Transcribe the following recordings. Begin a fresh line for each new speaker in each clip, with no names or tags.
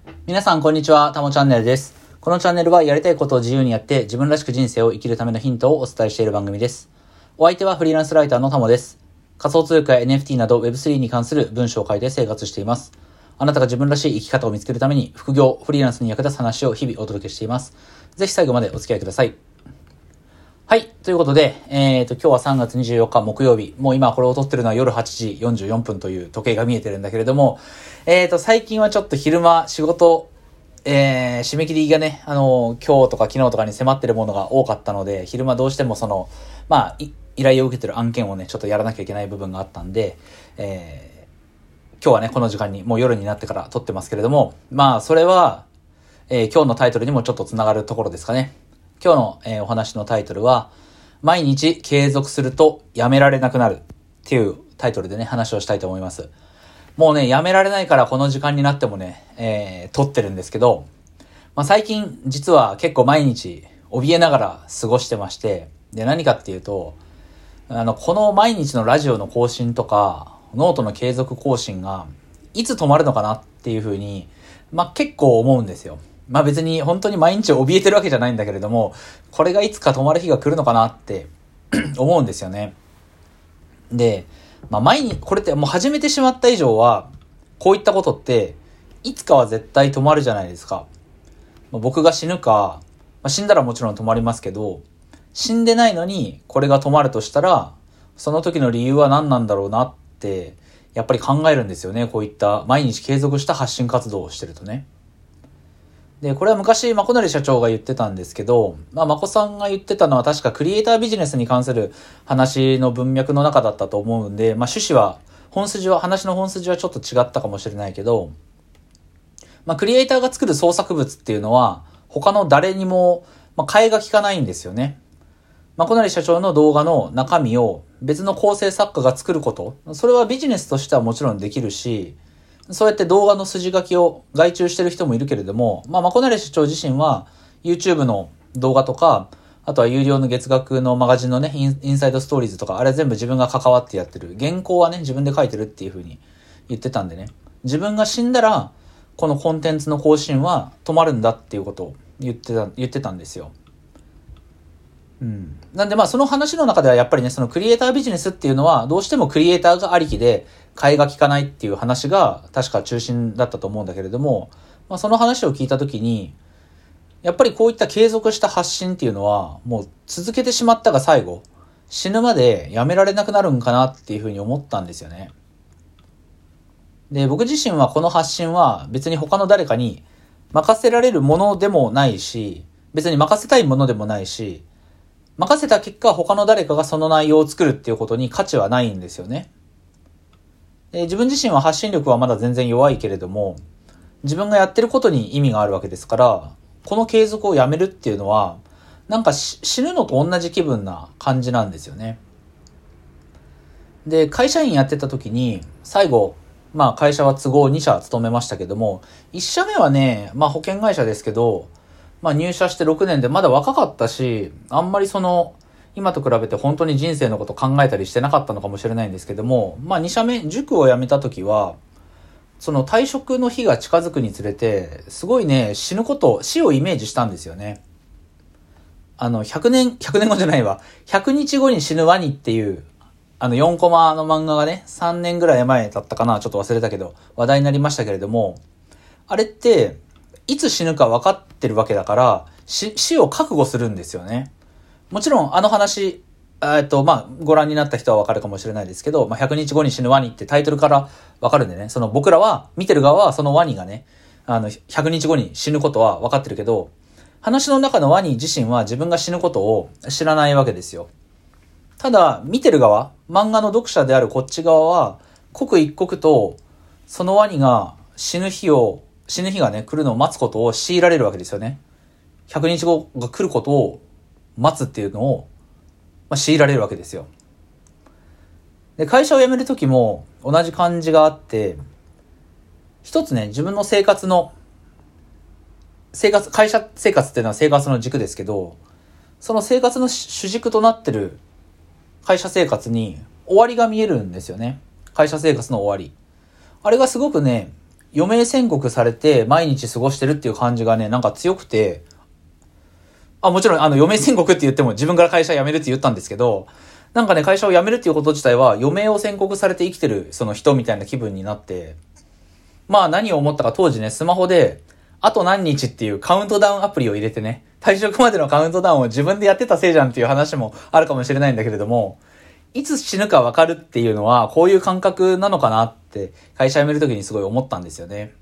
皆さんこんにちは、たもチャンネルです。このチャンネルはやりたいことを自由にやって自分らしく人生を生きるためのヒントをお伝えしている番組です。お相手はフリーランスライターのたもです。仮想通貨や NFT など Web3 に関する文章を書いて生活しています。あなたが自分らしい生き方を見つけるために副業、フリーランスに役立つ話を日々お届けしています。ぜひ最後までお付き合いください。はい。ということで、今日は3月24日木曜日。もう今これを撮ってるのは夜8時44分という時計が見えてるんだけれども、最近はちょっと昼間仕事、締め切りがね、今日とか昨日とかに迫ってるものが多かったので、昼間どうしても依頼を受けてる案件をね、ちょっとやらなきゃいけない部分があったんで、今日はね、この時間に、もう夜になってから撮ってますけれども、それは、今日のタイトルにもちょっとつながるところですかね。今日の、お話のタイトルは、毎日継続するとやめられなくなるっていうタイトルでね、話をしたいと思います。もうね、やめられないからこの時間になってもね、撮ってるんですけど、最近実は結構毎日怯えながら過ごしてまして、で、何かっていうと、この毎日のラジオの更新とか、ノートの継続更新が、いつ止まるのかなっていうふうに、結構思うんですよ。別に本当に毎日怯えてるわけじゃないんだけれども、これがいつか止まる日が来るのかなって思うんですよね。で、毎日、これってもう始めてしまった以上は、こういったことって、いつかは絶対止まるじゃないですか。僕が死ぬか、死んだらもちろん止まりますけど、死んでないのにこれが止まるとしたら、その時の理由は何なんだろうなって、やっぱり考えるんですよね。こういった毎日継続した発信活動をしてるとね。で、これは昔、まこなり社長が言ってたんですけど、まこさんが言ってたのは確かクリエイタービジネスに関する話の文脈の中だったと思うんで、趣旨は、話の本筋はちょっと違ったかもしれないけど、クリエイターが作る創作物っていうのは、他の誰にも、替えが利かないんですよね。まこなり社長の動画の中身を別の構成作家が作ること、それはビジネスとしてはもちろんできるし、そうやって動画の筋書きを外注してる人もいるけれども、まこなり社長自身は YouTube の動画とか、あとは有料の月額のマガジンのね、インサイドストーリーズとか、あれ全部自分が関わってやってる。原稿はね、自分で書いてるっていう風に言ってたんでね。自分が死んだら、このコンテンツの更新は止まるんだっていうことを言ってたんですよ。なんでその話の中ではやっぱりね、そのクリエイタービジネスっていうのはどうしてもクリエイターがありきで替えが利かないっていう話が確か中心だったと思うんだけれども、その話を聞いたときに、やっぱりこういった継続した発信っていうのはもう続けてしまったが最後、死ぬまでやめられなくなるんかなっていうふうに思ったんですよね。で、僕自身はこの発信は別に他の誰かに任せられるものでもないし、別に任せたいものでもないし、任せた結果他の誰かがその内容を作るっていうことに価値はないんですよね。自分自身は発信力はまだ全然弱いけれども、自分がやってることに意味があるわけですから、この継続をやめるっていうのは、死ぬのと同じ気分な感じなんですよね。で、会社員やってた時に、最後、会社は都合2社勤めましたけども、1社目はね、保険会社ですけど、入社して6年でまだ若かったし、あんまり今と比べて本当に人生のこと考えたりしてなかったのかもしれないんですけども、2社目、塾を辞めた時は、その退職の日が近づくにつれて、すごいね、死をイメージしたんですよね。100年後じゃないわ。100日後に死ぬワニっていう、4コマの漫画がね、3年ぐらい前だったかな、ちょっと忘れたけど、話題になりましたけれども、あれって、いつ死ぬか分かってるわけだから、死を覚悟するんですよね。もちろん話、ご覧になった人は分かるかもしれないですけど、100日後に死ぬワニってタイトルから分かるんでね、僕らは、見てる側はそのワニがね、100日後に死ぬことは分かってるけど、話の中のワニ自身は自分が死ぬことを知らないわけですよ。ただ、見てる側、漫画の読者であるこっち側は、刻一刻と、そのワニが死ぬ日がね、来るのを待つことを強いられるわけですよね。100日後が来ることを待つっていうのを、強いられるわけですよ。で、会社を辞めるときも同じ感じがあって、一つね、自分の会社生活っていうのは生活の軸ですけど、その生活の主軸となってる会社生活に終わりが見えるんですよね。会社生活の終わり。あれがすごくね、 余命宣告されて毎日過ごしてるっていう感じがね、なんか強くて、もちろん余命宣告って言っても自分から会社辞めるって言ったんですけど、なんかね、会社を辞めるっていうこと自体は余命を宣告されて生きてるその人みたいな気分になって、何を思ったか当時ね、スマホで、あと何日っていうカウントダウンアプリを入れてね、退職までのカウントダウンを自分でやってたせいじゃんっていう話もあるかもしれないんだけれども、いつ死ぬか分かるっていうのはこういう感覚なのかなって会社辞めるときにすごい思ったんですよね。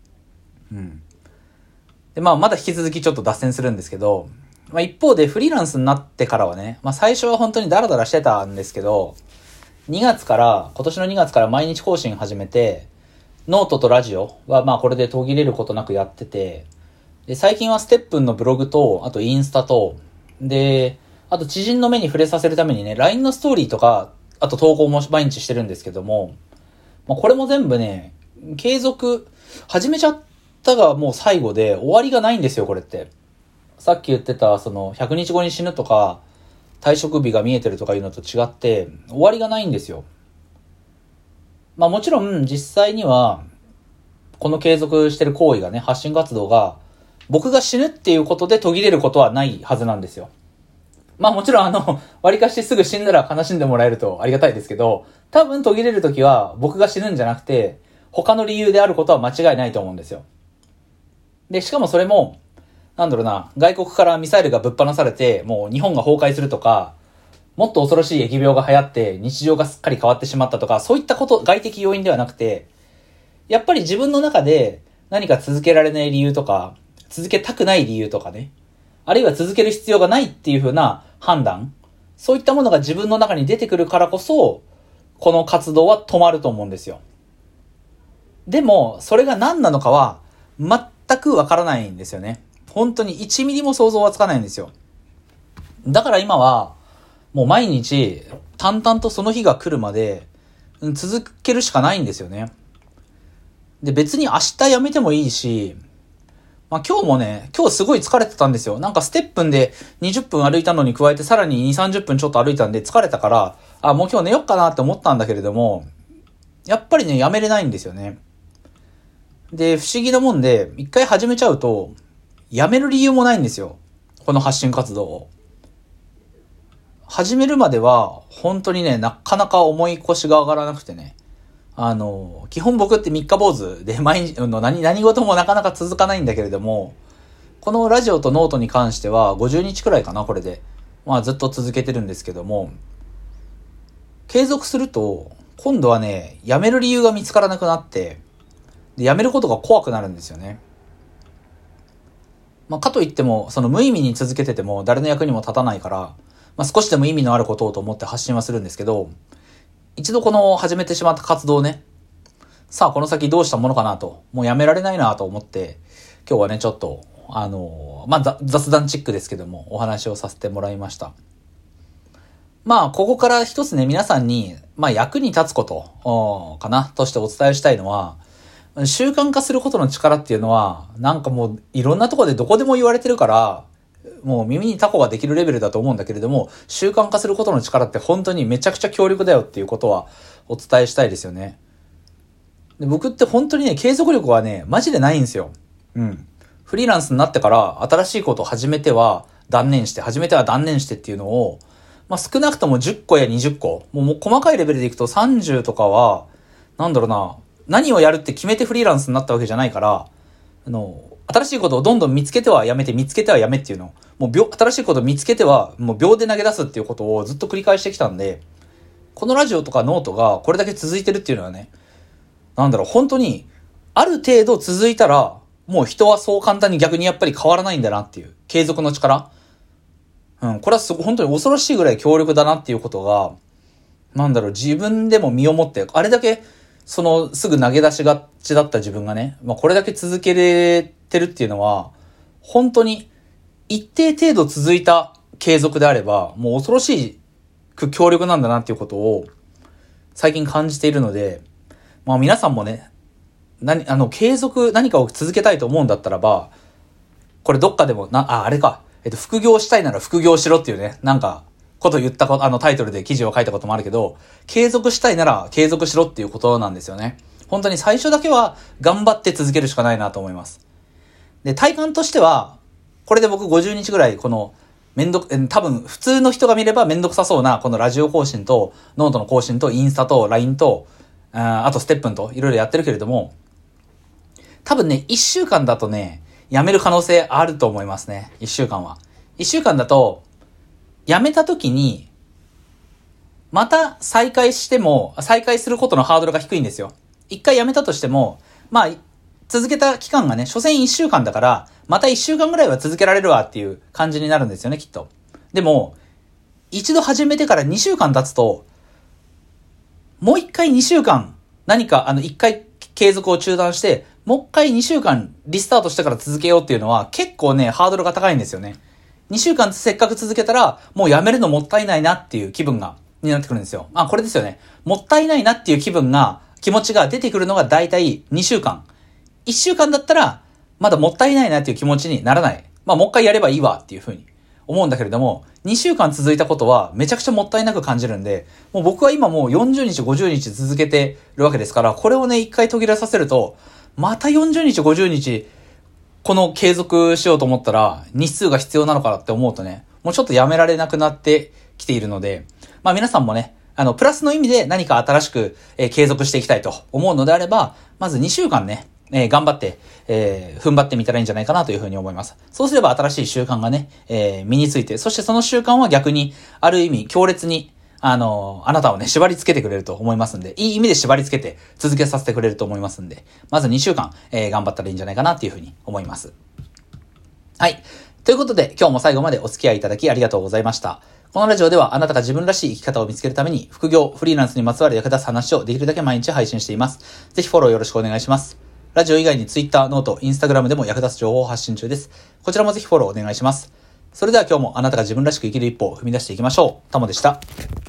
で、まだ引き続きちょっと脱線するんですけど、一方でフリーランスになってからはね、最初は本当にダラダラしてたんですけど、今年の2月から毎日更新始めて、ノートとラジオはこれで途切れることなくやってて、で、最近はステップンのブログと、あとインスタと、で、あと知人の目に触れさせるためにね、LINE のストーリーとか、あと投稿も毎日してるんですけども、これも全部ね、継続、始めちゃったがもう最後で終わりがないんですよ、これって。さっき言ってた、100日後に死ぬとか、退職日が見えてるとかいうのと違って、終わりがないんですよ。もちろん実際にはこの継続してる行為がね、発信活動が僕が死ぬっていうことで途切れることはないはずなんですよ。もちろん割かしすぐ死んだら悲しんでもらえるとありがたいですけど、多分途切れるときは僕が死ぬんじゃなくて他の理由であることは間違いないと思うんですよ。で、しかもそれも外国からミサイルがぶっ放されてもう日本が崩壊するとか、もっと恐ろしい疫病が流行って日常がすっかり変わってしまったとか、そういったこと、外的要因ではなくて、やっぱり自分の中で何か続けられない理由とか、続けたくない理由とかね、あるいは続ける必要がないっていう風な判断、そういったものが自分の中に出てくるからこそ、この活動は止まると思うんですよ。でも、それが何なのかは全くわからないんですよね。本当に1ミリも想像はつかないんですよ。だから今は、もう毎日淡々とその日が来るまで続けるしかないんですよね。で、別に明日辞めてもいいし、今日すごい疲れてたんですよ。ステップンで20分歩いたのに加えてさらに2、30分ちょっと歩いたんで疲れたから、もう今日寝よっかなって思ったんだけれども、やっぱりね、辞めれないんですよね。で、不思議なもんで、一回始めちゃうと、辞める理由もないんですよ。この発信活動を。始めるまでは、本当にね、なかなか重い腰が上がらなくてね。基本僕って三日坊主で毎日何事もなかなか続かないんだけれども、このラジオとノートに関しては50日くらいかな、これで。ずっと続けてるんですけども、継続すると、今度はね、辞める理由が見つからなくなって、で、辞めることが怖くなるんですよね。かといっても、無意味に続けてても誰の役にも立たないから、少しでも意味のあることをと思って発信はするんですけど、一度この始めてしまった活動をね、さあこの先どうしたものかなと、もうやめられないなと思って、今日はね、ちょっと、雑談チックですけども、お話をさせてもらいました。ここから一つね、皆さんに、役に立つこと、かな、としてお伝えしたいのは、習慣化することの力っていうのは、もういろんなところでどこでも言われてるから、もう耳にタコができるレベルだと思うんだけれども、習慣化することの力って本当にめちゃくちゃ強力だよっていうことはお伝えしたいですよね。で、僕って本当にね、継続力はね、マジでないんですよ。フリーランスになってから新しいことを始めては断念してっていうのを、少なくとも10個や20個、もう細かいレベルでいくと30とかは、何をやるって決めてフリーランスになったわけじゃないから、新しいことをどんどん見つけてはやめて、見つけてはやめっていうのを、新しいことを見つけては、もう秒で投げ出すっていうことをずっと繰り返してきたんで、このラジオとかノートがこれだけ続いてるっていうのはね、本当に、ある程度続いたら、もう人はそう簡単に逆にやっぱり変わらないんだなっていう、継続の力。これは本当に恐ろしいぐらい強力だなっていうことが、自分でも身をもって、あれだけ、すぐ投げ出しがちだった自分がね、これだけ続けれてるっていうのは、本当に一定程度続いた継続であれば、もう恐ろしく強力なんだなっていうことを最近感じているので、皆さんもね、継続何かを続けたいと思うんだったらば、これどっかでも、副業したいなら副業しろっていうね、こと言ったタイトルで記事を書いたこともあるけど、継続したいなら継続しろっていうことなんですよね。 本当に最初だけは頑張って続けるしかないなと思います。で、体感としては、これで僕50日ぐらいこの多分普通の人が見ればめんどくさそうなこのラジオ更新とノートの更新とインスタと LINE とあとステップンといろいろやってるけれども、多分ね、1週間だとね、やめる可能性あると思いますね。1週間は。1週間だと、やめた時に、また再開することのハードルが低いんですよ。一回やめたとしても、まあ、続けた期間がね、所詮1週間だから、また1週間ぐらいは続けられるわっていう感じになるんですよね、きっと。でも、一度始めてから2週間経つと、もう一回2週間、何か1回継続を中断して、もう一回2週間リスタートしてから続けようっていうのは結構ね、ハードルが高いんですよね。2週間せっかく続けたら、もうやめるのもったいないなっていう気分になってくるんですよ。これですよね。もったいないなっていう気持ちが出てくるのがだいたい2週間。1週間だったら、まだもったいないなっていう気持ちにならない。もう一回やればいいわっていう風に思うんだけれども、2週間続いたことはめちゃくちゃもったいなく感じるんで、もう僕は今もう40日、50日続けてるわけですから、これをね、一回途切れさせると、また40日、50日、この継続しようと思ったら、日数が必要なのかなって思うとね、もうちょっとやめられなくなってきているので、皆さんもね、プラスの意味で何か新しく、継続していきたいと思うのであれば、まず2週間ね、頑張って、踏ん張ってみたらいいんじゃないかなというふうに思います。そうすれば新しい習慣がね、身について、そしてその習慣は逆に、ある意味強烈に、あなたをね、縛り付けてくれると思いますんで、いい意味で縛り付けて続けさせてくれると思いますんで、まず2週間、頑張ったらいいんじゃないかなっていうふうに思います。はい。ということで、今日も最後までお付き合いいただきありがとうございました。このラジオではあなたが自分らしい生き方を見つけるために、副業、フリーランスにまつわる役立つ話をできるだけ毎日配信しています。ぜひフォローよろしくお願いします。ラジオ以外に Twitter、ノート、Instagram でも役立つ情報を発信中です。こちらもぜひフォローお願いします。それでは今日もあなたが自分らしく生きる一歩を踏み出していきましょう。タモでした。